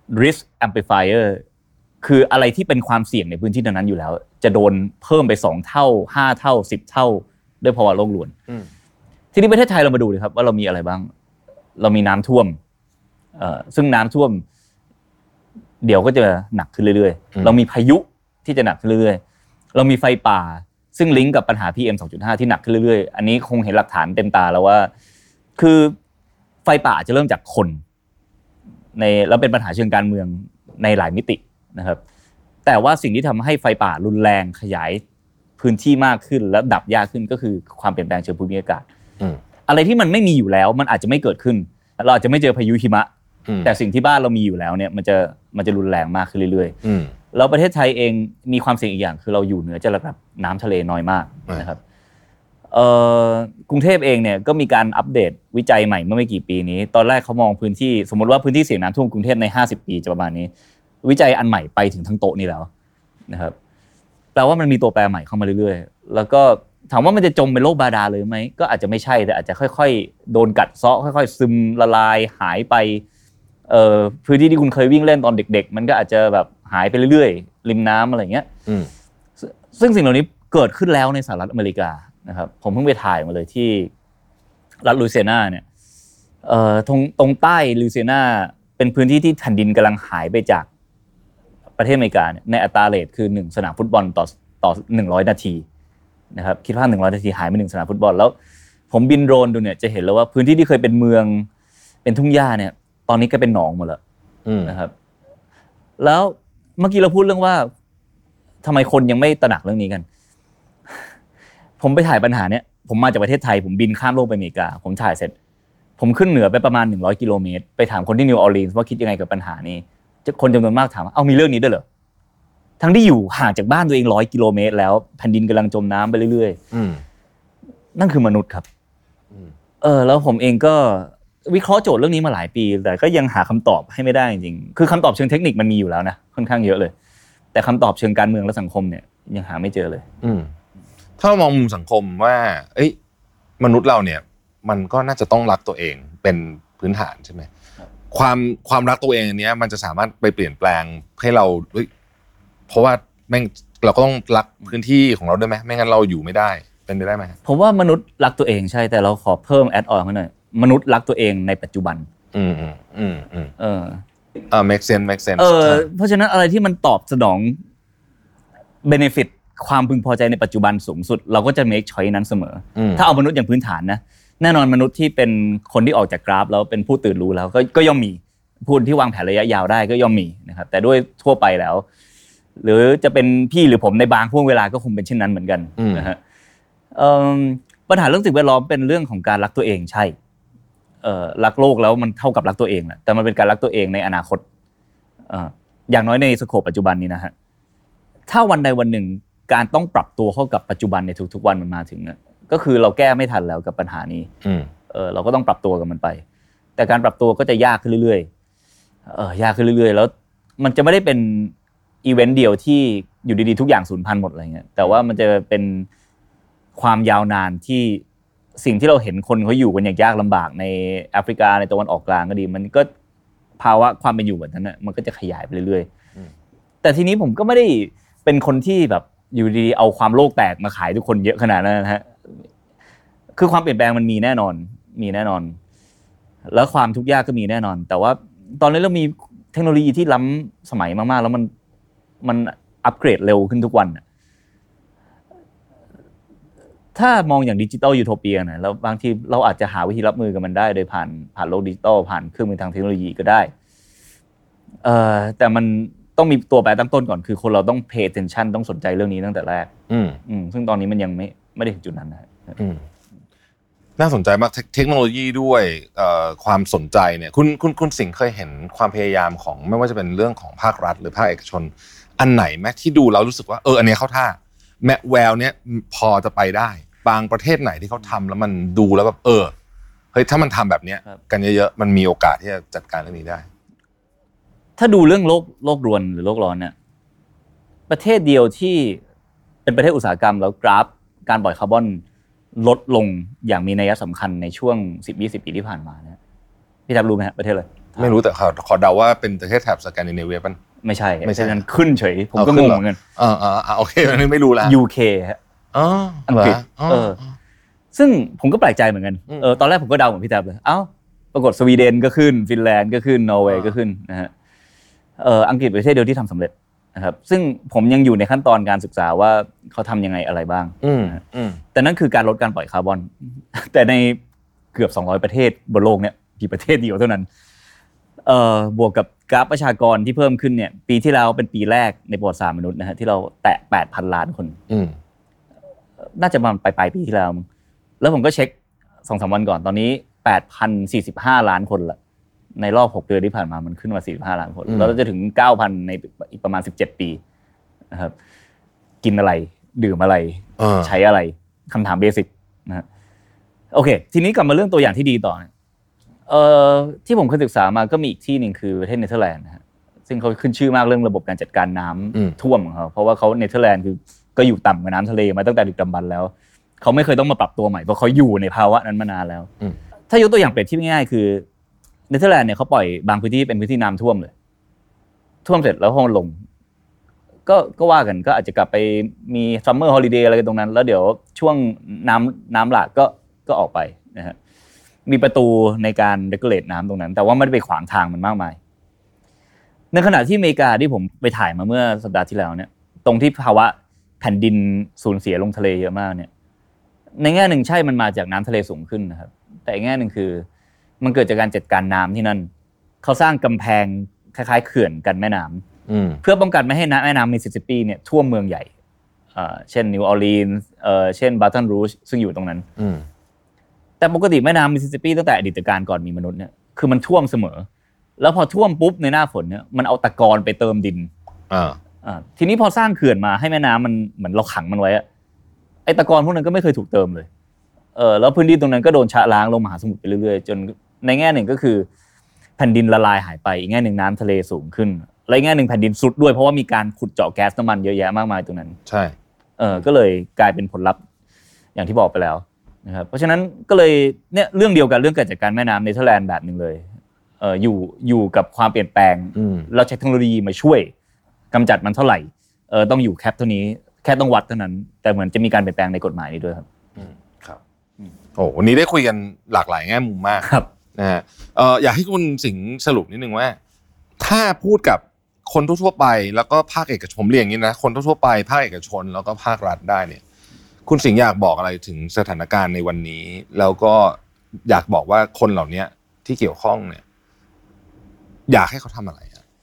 risk amplifier คืออะไรที่เป็นความเสี่ยงในพื้นที่นั้นอยู่แล้วจะโดนเพิ่มไปสองเท่าห้าเท่าสิบเท่าด้วยภาวะโลกร้อนทีนี้ประเทศไทยเรามาดูเลยครับว่าเรามีอะไรบ้างเรามีน้ำท่วมเอ่อซึ่งน้ำท่วมเดี๋ยวก็จะหนักขึ้นเรื่อยๆเรามีพายุที่จะหนักขึ้นเรื่อยๆเรามีไฟป่าซึ่งลิงก์กับปัญหา พี เอ็ม สองจุดห้า ที่หนักขึ้นเรื่อยๆอันนี้คงเห็นหลักฐานเต็มตาแล้วว่าคือไฟป่าจะเริ่มจากคนในแล้วเป็นปัญหาเชิงการเมืองในหลายมิตินะครับแต่ว่าสิ่งที่ทำให้ไฟป่ารุนแรงขยายพื้นที่มากขึ้นและดับยากขึ้นก็คือความเปลี่ยนแปลงเชิงภูมิอากาศอะไรที่มันไม่มีอยู่แล้วมันอาจจะไม่เกิดขึ้นเราอาจจะไม่เจอพายุหิมะแต่สิ่งที่บ้านเรามีอยู่แล้วเนี่ยมันจะมันจะรุนแรงมากขึ้นเรื่อยๆแล้วประเทศไทยเองมีความเสี่ยงอีกอย่างคือเราอยู่เหนือระดับน้ำทะเลน้อยมากนะครับเอ่อกรุงเทพเองเนี่ยก็มีการอัปเดตวิจัยใหม่เมื่อไม่กี่ปีนี้ตอนแรกเขามองพื้นที่สมมติว่าพื้นที่เสี่ยงน้ำท่วมกรุงเทพในห้าสิบปีจะประมาณนี้วิจัยอันใหม่ไปถึงทั้งโต๊ะนี่แล้วนะครับแปลว่ามันมีตัวแปรใหม่เข้ามาเรื่อยๆแล้วก็ถามว่ามันจะจมเป็นโรคบาดาลเลยไหมก็อาจจะไม่ใช่แต่อาจจะค่อยๆโดนกัดเซาะค่อยๆซึมละลายหายไปเอ่อพื้นที่ที่คุณเคยวิ่งเล่นตอนเด็กๆมันก็อาจจะแบบหายไปเรื่อยๆริมน้ำอะไรอย่างเงี้ยซึ่งสิ่งเหล่านี้เกิดขึ้นแล้วในสหรัฐอเมริกานะครับผมเพิ่งไปถ่ายมาเลยที่รัฐลุยเซียนาเนี่ยเอ่อตรงตรงใต้ลุยเซียนาเป็นพื้นที่ที่แผ่นดินกำลังหายไปจากประเทศอเมริกาเนี่ยในอัตราเรทคือหนึ่งสนามฟุตบอลต่อต่อหนึ่งร้อยนาทีนะครับคิดว่าหนึ่งร้อยนาทีหายไปหนึ่งสนามฟุตบอลแล้วผมบินโดรนดูเนี่ยจะเห็นแล้วว่าพื้นที่ที่เคยเป็นเมืองเป็นทุ่งหญ้าเนี่ยตอนนี้ก็เป็นหนองหมดแล้วนะครับแล้วเมื่อกี้เราพูดเรื่องว่าทำไมคนยังไม่ตระหนักเรื่องนี้กันผมไปถ่ายปัญหาเนี่ยผมมาจากประเทศไทยผมบินข้ามโลกไปอเมริกาผมถ่ายเสร็จผมขึ้นเหนือไปประมาณหนึ่งร้อยกิโลเมตรไปถามคนที่นิวออร์ลีนส์ว่าคิดยังไงกับปัญหานี้คนจำนวนมากถามว่าเอ้ามีเรื่องนี้ด้วยเหรอทั้งที่อยู่ห่างจากบ้านตัวเองร้อยกิโลเมตรแล้วแผ่นดินกำลังจมน้ำไปเรื่อยๆนั่นคือมนุษย์ครับเออแล้วผมเองก็วิเคราะห์โจทย์เรื่องนี้มาหลายปีแต่ก็ยังหาคำตอบให้ไม่ได้จริงๆคือคำตอบเชิงเทคนิคมันมีอยู่แล้วนะค่อนข้างเยอะเลยแต่คำตอบเชิงการเมืองและสังคมเนี่ยยังหาไม่เจอเลยถ้าเรามองมุมสังคมว่าเอ้ยมนุษย์เราเนี่ยมันก็น่าจะต้องรักตัวเองเป็นพื้นฐานใช่ไหมความความรักตัวเองอันนี้มันจะสามารถไปเปลี่ยนแปลงให้เราเฮ้ยเพราะว่าแม่งเราก็ต้องรักพื้นที่ของเราด้วยไหมไม่งั้นเราอยู่ไม่ได้เป็นไปได้ไหมผมว่ามนุษย์รักตัวเองใช่แต่เราขอเพิ่มแอดออนเข้าหน่อยมนุษย์รักตัวเองในปัจจุบันอืมอืมอืมอืมเออเออ make sense make sense เออเพราะฉะนั้นอะไรที่มันตอบสนอง benefit ความพึงพอใจในปัจจุบันสูงสุดเราก็จะ make choice นั้นเสมอถ้าเอามนุษย์อย่างพื้นฐานนะแน่นอนมนุษย์ที่เป็นคนที่ออกจากกราฟแล้วเป็นผู้ตื่นรู้แล้วก็ก็ย่อมมีผู้ที่วางแผนระยะยาวได้ก็ย่อมมีนะครับแต่ด้วยทั่วไปแล้วหรือจะเป็นพี่หรือผมในบางช่วงเวลาก็คงเป็นเช่นนั้นเหมือนกันนะฮะปัญหาเรื่องสิ่งแวดล้อมเป็นเรื่องของการรักตัวเองใช่รักโลกแล้วมันเท่ากับรักตัวเองแหละแต่มันเป็นการรักตัวเองในอนาคตอย่างน้อยในสโคปปัจจุบันนี้นะฮะถ้าวันใดวันหนึ่งการต้องปรับตัวเข้ากับปัจจุบันในทุกๆวันมันมาถึงเนี่ยก็คือเราแก้ไม่ทันแล้วกับปัญหานี้เออเราก็ต้องปรับตัวกับมันไปแต่การปรับตัวก็จะยากขึ้นเรื่อยๆเออยากขึ้นเรื่อยๆแล้วมันจะไม่ได้เป็นอีเวนต์เดียวที่อยู่ดีๆทุกอย่างสูญพันธุ์หมดอะไรเงี้ยแต่ว่ามันจะเป็นความยาวนานที่สิ่งที่เราเห็นคนเขาอยู่กันอย่างยากลำบากในแอฟริกาในตะวันออกกลางก็ดีมันก็ภาวะความเป็นอยู่แบบนั้นน่ะมันก็จะขยายไปเรื่อยๆแต่ทีนี้ผมก็ไม่ได้เป็นคนที่แบบอยู่ดีๆเอาความโลกแตกมาขายทุกคนเยอะขนาดนั้นนะฮะคือความเปลี่ยนแปลงมันมีแน่นอนมีแน่นอนแล้วความทุกข์ยากก็มีแน่นอนแต่ว่าตอนนี้เรามีเทคโนโลยีที่ล้ำสมัยมากๆแล้วมันมันอัปเกรดเร็วขึ้นทุกวันถ้ามองอย่างดิจิตอลยูโทเปียนะแล้วบางทีเราอาจจะหาวิธีรับมือกับมันได้โดยผ่านผ่านโลกดิจิตอลผ่านเครื่องมือทางเทคโนโลยีก็ได้เอ่อแต่มันต้องมีตัวแปรตั้งต้นก่อนคือคนเราต้อง pay attention ต้องสนใจเรื่องนี้ตั้งแต่แรกอืมอืมซึ่งตอนนี้มันยังไม่ไม่ได้ถึงจุดนั้นนะอืมน่าสนใจมากเทคโนโลยีด้วยเอ่อความสนใจเนี่ยคุณคุณคุณสิงห์เคยเห็นความพยายามของไม่ว่าจะเป็นเรื่องของภาครัฐหรือภาคเอกชนอันไหนไหมที่ดูแล้วรู้สึกว่าเอออันนี้เข้าท่าแมแววเนี้ยพอจะไปได้บางประเทศไหนที่เขาทำแล้วมันดูแล้วแบบเออเฮ้ยถ้ามันทำแบบเนี้ยกันเยอะๆมันมีโอกาสที่จะจัดการเรื่องนี้ได้ถ้าดูเรื่องโลกโลกรวนหรือโลกร้อนเนี่ยประเทศเดียวที่เป็นประเทศอุตสาหกรรมแล้วกราฟการปล่อยคาร์บอนลดลงอย่างมีนัยสำคัญในช่วง สิบถึงยี่สิบ ปีที่ผ่านมาเนี่ยพี่ทับรู้ไหมฮะประเทศอะไรไม่รู้แต่ขอขอเดาว่าเป็นประเทศแถบสแกนดิเนเวียป่ะไม่ใช่ไม่ใช่นั้นขึ้นเฉยผมก็งงเหมือนกันเออๆๆโอเคอันนี้ไม่รู้ละยู เค ฮะอ๋ออังกฤษเออซึ่งผมก็แปลกใจเหมือนกันเออตอนแรกผมก็เดาเหมือนพี่แท็บเลยเอ้าปรากฏสวีเดนก็ขึ้นฟินแลนด์ก็ขึ้นนอร์เวย์ก็ขึ้นนะฮะเอออังกฤษเป็นประเทศเดียวที่ทำสำเร็จนะครับซึ่งผมยังอยู่ในขั้นตอนการศึกษาว่าเขาทำยังไงอะไรบ้างแต่นั่นคือการลดการปล่อยคาร์บอนแต่ในเกือบสองร้อยประเทศบนโลกเนี่ยกี่ประเทศเดียวเท่านั้นเอ่อบวกกับกราฟประชากรที่เพิ่มขึ้นเนี่ยปีที่แล้วเป็นปีแรกในประวัติศาสตร์มนุษย์นะฮะที่เราแตะ แปดพัน ล้านคนน่าจะประมาณปลายๆปีที่แล้วแล้วผมก็เช็ค สองสาม วันก่อนตอนนี้ แปดพันสี่สิบห้า ล้านคนละในรอบหกเดือนที่ผ่านมามันขึ้นมาสี่สิบห้าล้านคนแล้วเราจะถึง เก้าพัน ในอีกประมาณสิบเจ็ดปีนะครับกินอะไรดื่มอะไรใช้อะไรคำถามเบสิกนะฮะโอเคทีนี้กลับมาเรื่องตัวอย่างที่ดีต่อเอ่อที่ผมเคยศึกษามาก็มีอีกที่นึงคือประเทศเนเธอร์แลนด์นะฮะซึ่งเขาขึ้นชื่อมากเรื่องระบบการจัดการน้ำท่วมของเขาเพราะว่าเขาเนเธอร์แลนด์คือก็อยู่ต่ำกว่าน้ำทะเลมาตั้งแต่ดึกดำบรรพ์แล้วเขาไม่เคยต้องมาปรับตัวใหม่เพราะเขาอยู่ในภาวะนั้นมานานแล้วถ้ายกตัวอย่างเปรียบเทียบง่ายๆคือเนเธอร์แลนด์เนี่ยเขาปล่อยบางพื้นที่เป็นพื้นที่น้ำท่วมเลยท่วมเสร็จแล้วพอมันลงก็ก็ว่ากันก็อาจจะกลับไปมีซัมเมอร์ฮอลิเดย์อะไรกันตรงนั้นแล้วเดี๋ยวช่วงน้ำน้ำหลากก็ก็ออกไปนะฮะมีประตูในการเรกูเลตน้ำตรงนั้นแต่ว่าไม่ได้ไปขวางทางมันมากมายในขณะที่อเมริกาที่ผมไปถ่ายมาเมื่อสัปดาห์ที่แล้วเนี่ยตรงที่ภาวะแผ่นดินสูญเสียลงทะเลเยอะมากเนี่ยในแง่หนึ่งใช่มันมาจากน้ำทะเลสูงขึ้นนะครับแต่อีกแง่หนึ่งคือมันเกิดจากการจัดการน้ำที่นั่นเขาสร้างกำแพงคล้ายๆเขื่อนกันแม่น้ำเพื่อป้องกันไม่ให้น้ำแม่น้ำมิสซิสซิปปีเนี่ยท่วมเมืองใหญ่เช่นนิวออร์ลีนส์เช่นบาตันรูชซึ่งอยู่ตรงนั้นแต่ปกติแม่น้ำมิสซิสซิปปีตั้งแต่อดีตการก่อนมีมนุษย์เนี่ยคือมันท่วมเสมอแล้วพอท่วมปุ๊บในหน้าฝนเนี่ยมันเอาตะกอนไปเติมดินทีนี้พอสร้างเขื่อนมาให้แม่น้ำมันเหมือนเราขังมันไว้ไอ้ตะกอนพวกนั้นก็ไม่เคยถูกเติมเลยเออแล้วพื้นที่ตรงนั้นก็โดนชะล้างลงมหาสมุทรไปเรื่อยๆจนในแง่หนึ่งก็คือแผ่นดินละลายหายไปอีกแง่หนึ่งน้ำทะเลสูงขึ้นและอีกแง่หนึ่งแผ่นดินซุดด้วยเพราะว่ามีการขุดเจาะแก๊สน้ำมันเยอะแยะมากมายตรงนั้นใช่เออก็เลยกลายเป็นผลลัพธ์อย่างที่บอกไปแล้วนะครับเพราะฉะนั้นก็เลยเนี่ยเรื่องเดียวกันเรื่องการจัดการแม่น้ำเนเธอร์แลนด์แบบนึงเลยเอออยู่อยู่กับความเปลี่ยนแปลงเราใช้เทคโนโลยีมาช่วยกำจัดมันเท่าไหร่เออต้องอยู่แคปเท่านี้แค่ต้องวัดเท่านั้นแต่เหมือนจะมีการเปลี่ยนแปลงในกฎหมายนี้ด้วยครับครับโอ้วันนี้ได้คุยกันหลากหลายแง่มุมมากครับนะฮะเอออยากให้คุณสิงห์สรุปนิดนึงว่าถ้าพูดกับคนทั่วไปแล้วก็ภาคเอกชนผมเรียกอย่างนี้นะคนทั่วไปภาคเอกชนแล้วก็ภาครัฐได้เนี่ยคุณสิงห์อยากบอกอะไรถึงสถานการณ์ในวันนี้แล้วก็อยากบอกว่าคนเหล่านี้ที่เกี่ยวข้องเนี่ยอยากให้เขาทำอะไร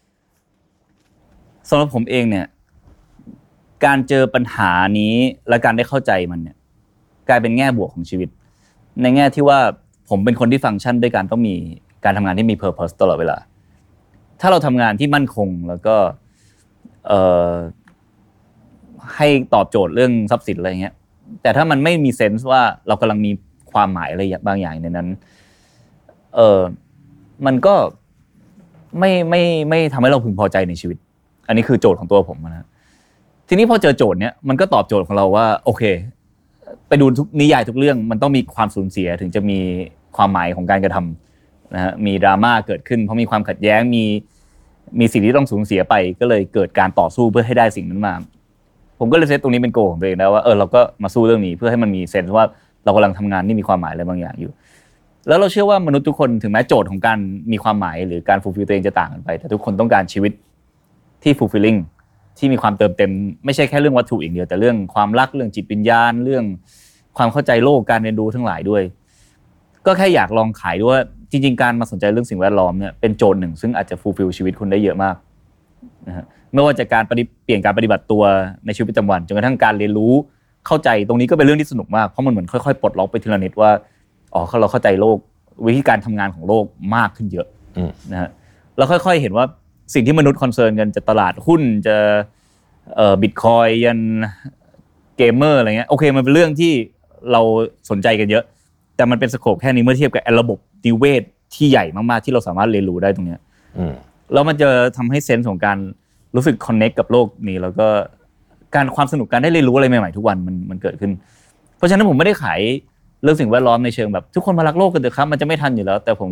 สำหรับผมเองเนี่ยการเจอปัญหานี้และการได้เข้าใจมันเนี่ยกลายเป็นแง่บวกของชีวิตในแง่ที่ว่าผมเป็นคนที่ฟังก์ชันด้วยการต้องมีการทำงานที่มี purpose ตลอดเวลาถ้าเราทำงานที่มั่นคงแล้วก็เอ่อให้ตอบโจทย์เรื่องทรัพย์สินอะไรเงี้ยแต่ถ้ามันไม่มีเซนส์ว่าเรากำลังมีความหมายอะไรบางอย่างในนั้นเออมันก็ไม่ไม่ไม่ทำให้เราพึงพอใจในชีวิตอันนี้คือโจทย์ของตัวผมนะทีนี้พอเจอโจทย์เนี้ยมันก็ตอบโจทย์ของเราว่าโอเคไปดูทุกนิยายทุกเรื่องมันต้องมีความสูญเสียถึงจะมีความหมายของการกระทำนะฮะมีดราม่าเกิดขึ้นเพราะมีความขัดแย้งมีมีสิ่งที่ต้องสูญเสียไปก็เลยเกิดการต่อสู้เพื่อให้ได้สิ่งนั้นมาผมก็เลยเซตตรงนี้เป็นโกของตัวเองแล้วว่าเออเราก็มาสู้เรื่องนี้เพื่อให้มันมีเซนส์ว่าเรากำลังทำงานที่มีความหมายอะไรบางอย่างอยู่แล้วเราเชื่อว่ามนุษย์ทุกคนถึงแม้โจทย์ของการมีความหมายหรือการฟูลฟิลตัวเองจะต่างกันไปแต่ทุกคนต้องการชีวิตที่ fulfilling ที่มีความเติมเต็มไม่ใช่แค่เรื่องวัตถุอย่างเดียวแต่เรื่องความรักเรื่องจิตวิญญาณเรื่องความเข้าใจโลกการเรียนรู้ทั้งหลายด้วยก็แค่อยากลองขายด้วยว่าจริงๆการมาสนใจเรื่องสิ่งแวดล้อมเนี่ยเป็นโจทย์หนึ่งซึ่งอาจจะ fulfill ชีวิตคุณได้เยอะมากนะฮะไม่ว่าจะการเปลี่ยนการปฏิบัติตัวในชีวิตประจำวันจนกระทั่งการเรียนรู้เข้าใจตรงนี้ก็เป็นเรื่องที่สนุกมากเพราะมันเหมือนค่อยๆปลดล็อกไปทีละนิดว่าอ๋อเราเข้าใจโลกวิธีการทำงานของโลกมากขึ้นเยอะนะฮะแล้วค่อยๆเห็นว่าสิ่งที่มนุษย์คอนเซิร์นกันจะตลาดหุ้นจะเอ่อบิตคอยน์ยันเกมเมอร์อะไรเงี้ยโอเคมันเป็นเรื่องที่เราสนใจกันเยอะแต่มันเป็นสโคปแค่นี้เมื่อเทียบกับระบบนิเวศที่ใหญ่มากๆที่เราสามารถเรียนรู้ได้ตรงเนี้ยแล้วมันจะทำให้เซนส์ของการรู้สึกคอนเนคกับโลกนี้แล้วก็การความสนุกการได้เรียนรู้อะไรใหม่ๆทุกวันมันมันเกิดขึ้นเพราะฉะนั้นผมไม่ได้ขายเรื่องสิ่งแวดล้อมในเชิงแบบทุกคนมารักโลกกันเถอะครับมันจะไม่ทันอยู่แล้วแต่ผม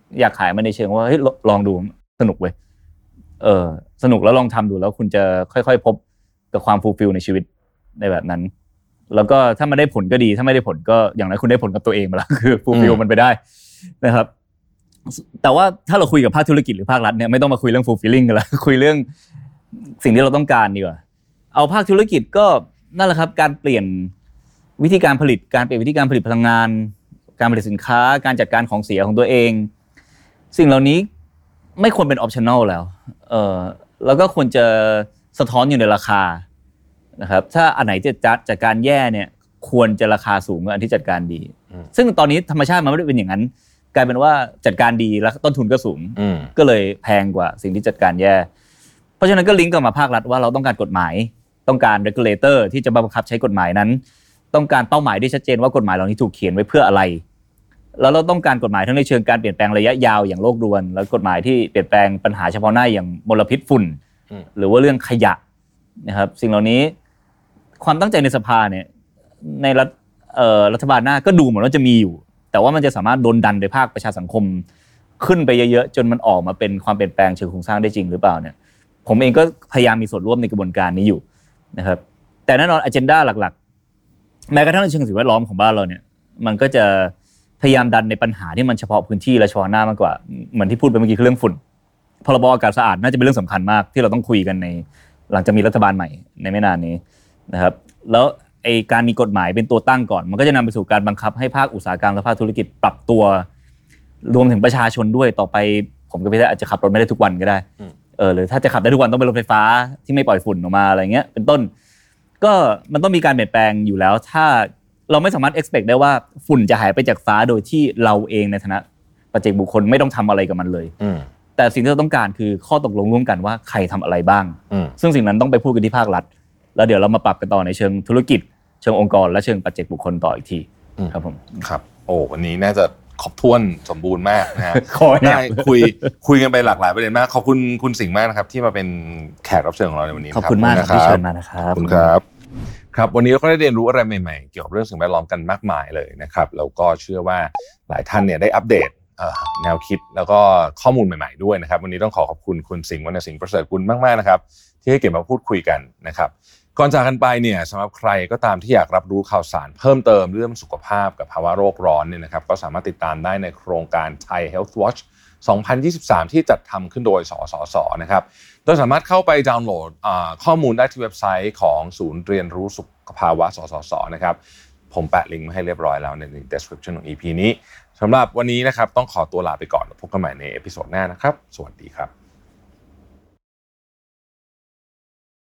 อยากขายมันในเชิงว่าเฮ้ยลองดูสนุกเว้ยเออสนุกแล้วลองทำดูแล้วคุณจะค่อยๆพบกับความฟูลฟิลในชีวิตในแบบนั้นแล้วก็ถ้ามันได้ผลก็ดีถ้าไม่ได้ผลก็อย่างไรคุณได้ผลกับตัวเองมาแล้วคือฟูลฟิลมันไปได้นะครับแต่ว่าถ้าเราคุยกับภาคธุรกิจหรือภาครัฐเนี่ยไม่ต้องมาคุยเรื่อง fulfilling กันแล้วคุยเรื่องสิ่งที่เราต้องการดีกว่าเอาภาคธุรกิจก็นั่นแหละครับการเปลี่ยนวิธีการผลิตการเปลี่ยนวิธีการผลิตพลังงานการผลิตสินค้าการจัดการของเสียของตัวเองสิ่งเหล่านี้ไม่ควรเป็น optional แล้วเออแล้วก็ควรจะสะท้อนอยู่ในราคานะครับถ้าอันไหนจะจัดจัดการแย่เนี่ยควรจะราคาสูงกว่าอันที่จัดการดีซึ่งตอนนี้ธรรมชาติมันไม่ได้เป็นอย่างนั้นกลายเป็นว่าจัดการดีแล้วต้นทุนก็สูงก็เลยแพงกว่าสิ่งที่จัดการแย่เพราะฉะนั้นก็ลิงก์กับมาภาครัฐว่าเราต้องการกฎหมายต้องการ regulator ที่จะบังคับใช้กฎหมายนั้นต้องการเป้าหมายที่ชัดเจนว่ากฎหมายเหล่านี้ถูกเขียนไว้เพื่ออะไรแล้วเราต้องการกฎหมายทั้งในเชิงการเปลี่ยนแปลงระยะยาวอย่างโลกรวนแล้วกฎหมายที่เปลี่ยนแปลงปัญหาเฉพาะหน้าอย่างมลพิษฝุ่นหรือว่าเรื่องขยะนะครับสิ่งเหล่านี้ความตั้งใจในสภาเนี่ยในรัฐเอ่อรัฐบาลหน้าก็ดูเหมือนว่าจะมีอยู่แต่ว่ามันจะสามารถโดนดันโดยภาคประชาสังคมขึ้นไปเยอะๆจนมันออกมาเป็นความเปลี่ยนแปลงเชิงโครงสร้างได้จริงหรือเปล่าเนี่ยผมเองก็พยายามมีส่วนร่วมในกระบวนการนี้อยู่นะครับแต่แน่นอนอเจนดาหลักๆแม้กระทั่งในเชิงสิ่งแวดล้อมของบ้านเราเนี่ยมันก็จะพยายามดันในปัญหาที่มันเฉพาะพื้นที่และเฉพาะหน้ามากกว่าเหมือนที่พูดไปเมื่อกี้คือเรื่องฝุ่นพรบอากาศสะอาดน่าจะเป็นเรื่องสำคัญมากที่เราต้องคุยกันในหลังจากมีรัฐบาลใหม่ในไม่นานนี้นะครับแล้วไอ้การมีกฎหมายเป็นตัวตั้งก่อนมันก็จะนำไปสู่การบังคับให้ภาคอุตสาหกรรมและภาคธุรกิจปรับตัวรวมถึงประชาชนด้วยต่อไปผมก็ไม่ได้อาจจะขับรถไม่ได้ทุกวันก็ได้เออหรือถ้าจะขับได้ทุกวันต้องเป็นรถไฟฟ้าที่ไม่ปล่อยฝุ่นออกมาอะไรเงี้ยเป็นต้นก็มันต้องมีการเปลี่ยนแปลงอยู่แล้วถ้าเราไม่สามารถ expect ได้ว่าฝุ่นจะหายไปจากฟ้าโดยที่เราเองในฐานะปัจเจกบุคคลไม่ต้องทำอะไรกับมันเลยแต่สิ่งที่เราต้องการคือข้อตกลงร่วมกันว่าใครทำอะไรบ้างซึ่งสิ่งนั้นต้องไปพูดกันที่ภาครัฐแล้วเดี๋ยวเรามาปรับกันต่อในเชิงธุรกิจเชิงองค์กรและเชิงปัจเจกบุคคลต่ออีกทีครับผมครับโอ้วันนี้น่าจะครบถ้วนสมบูรณ์มากนะฮะได้คุยคุยกันไปหลากหลายประเด็นมากขอบคุณคุณสิงห์มากนะครับที่มาเป็นแขกรับเชิญของเราในวันนี้ขอบคุณมากครับที่เชิญมานะครับขอบคุณครับครับวันนี้เราก็ได้เรียนรู้อะไรใหม่ๆเกี่ยวกับเรื่องสิ่งแวดล้อมกันมากมายเลยนะครับแล้วก็เชื่อว่าหลายท่านเนี่ยได้อัปเดตแนวคิดแล้วก็ข้อมูลใหม่ๆด้วยนะครับวันนี้ต้องขอขอบคุณคุณสิงห์วรรณสิงห์ประเสริฐกุลมากๆนะครับที่ให้เกียรติมาพูดคุยกันนะครับก่อนจากกันไปเนี่ยสำหรับใครก็ตามที่อยากรับรู้ข่าวสารเพิ่มเติมเรื่องสุขภาพกับภาวะโรคร้อนเนี่ยนะครับก็สามารถติดตามได้ในโครงการ Thai Health Watch สองพันยี่สิบสามที่จัดทำขึ้นโดยสสสนะครับโดยสามารถเข้าไปดาวน์โหลดข้อมูลได้ที่เว็บไซต์ของศูนย์เรียนรู้สุขภาวะสสสนะครับผมแปะลิงก์มาให้เรียบร้อยแล้วใน description ของ อี พี นี้สำหรับวันนี้นะครับต้องขอตัวลาไปก่อนพบกันใหม่ในเอพิโซดหน้านะครับสวัสดีครับ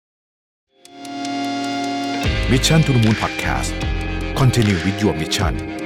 Mission to the Moon Podcast Continue with your mission